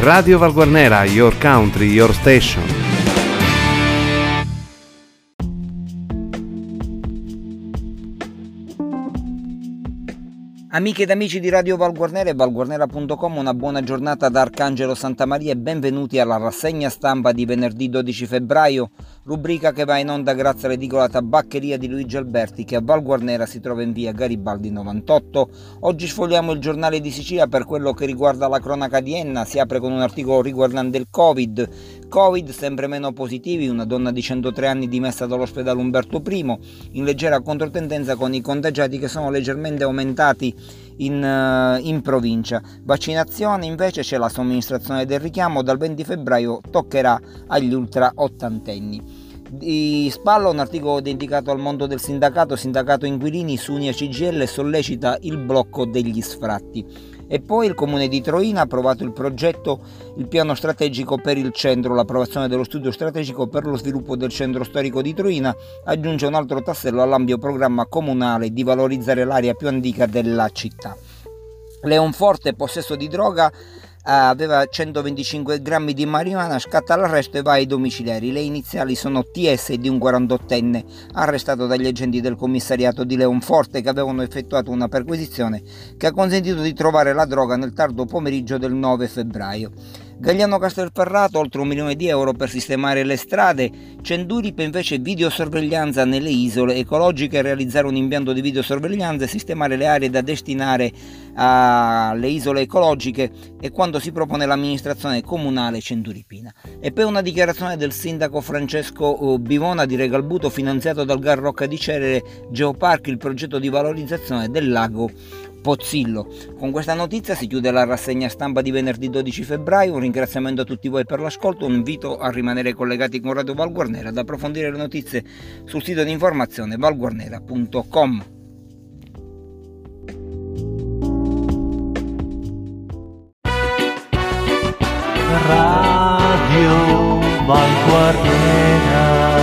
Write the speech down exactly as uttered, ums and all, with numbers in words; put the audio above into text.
Radio Valguarnera, your country, your station. Amiche ed amici di Radio Valguarnera e valguarnera punto com, una buona giornata da Arcangelo Santamaria e benvenuti alla rassegna stampa di venerdì dodici febbraio, rubrica che va in onda grazie all'edicola Tabaccheria di Luigi Alberti che a Valguarnera si trova in via Garibaldi novantotto. Oggi sfogliamo il giornale di Sicilia per quello che riguarda la cronaca di Enna. Si apre con un articolo riguardante il Covid. Covid sempre meno positivi, una donna di centotré anni dimessa dall'ospedale Umberto I, in leggera controtendenza con i contagiati che sono leggermente aumentati in, uh, in provincia. Vaccinazione invece, c'è la somministrazione del richiamo, dal venti febbraio toccherà agli ultra ottantenni. Di spalla un articolo dedicato al mondo del sindacato, sindacato inquilini, Sunia C G I L sollecita il blocco degli sfratti. E poi il comune di Troina ha approvato il progetto, il piano strategico per il centro. L'approvazione dello studio strategico per lo sviluppo del centro storico di Troina aggiunge un altro tassello all'ampio programma comunale di valorizzare l'area più antica della città. Leonforte, possesso di droga, aveva centoventicinque grammi di marijuana, scatta l'arresto e va ai domiciliari. Le iniziali sono T S di un quarantottenne arrestato dagli agenti del commissariato di Leonforte che avevano effettuato una perquisizione che ha consentito di trovare la droga nel tardo pomeriggio del nove febbraio. Gagliano Castelferrato, oltre un milione di euro per sistemare le strade. Cenduripe invece, videosorveglianza nelle isole ecologiche, realizzare un impianto di videosorveglianza e sistemare le aree da destinare alle isole ecologiche e quando si propone l'amministrazione comunale cenduripina. E poi una dichiarazione del sindaco Francesco Bivona di Regalbuto, finanziato dal Gar Rocca di Cerere Geopark, il progetto di valorizzazione del lago Pozzillo. Con questa notizia si chiude la rassegna stampa di venerdì dodici febbraio. Un ringraziamento a tutti voi per l'ascolto, un invito a rimanere collegati con Radio Valguarnera, ad approfondire le notizie sul sito di informazione valguarnera punto com. Radio Valguarnera.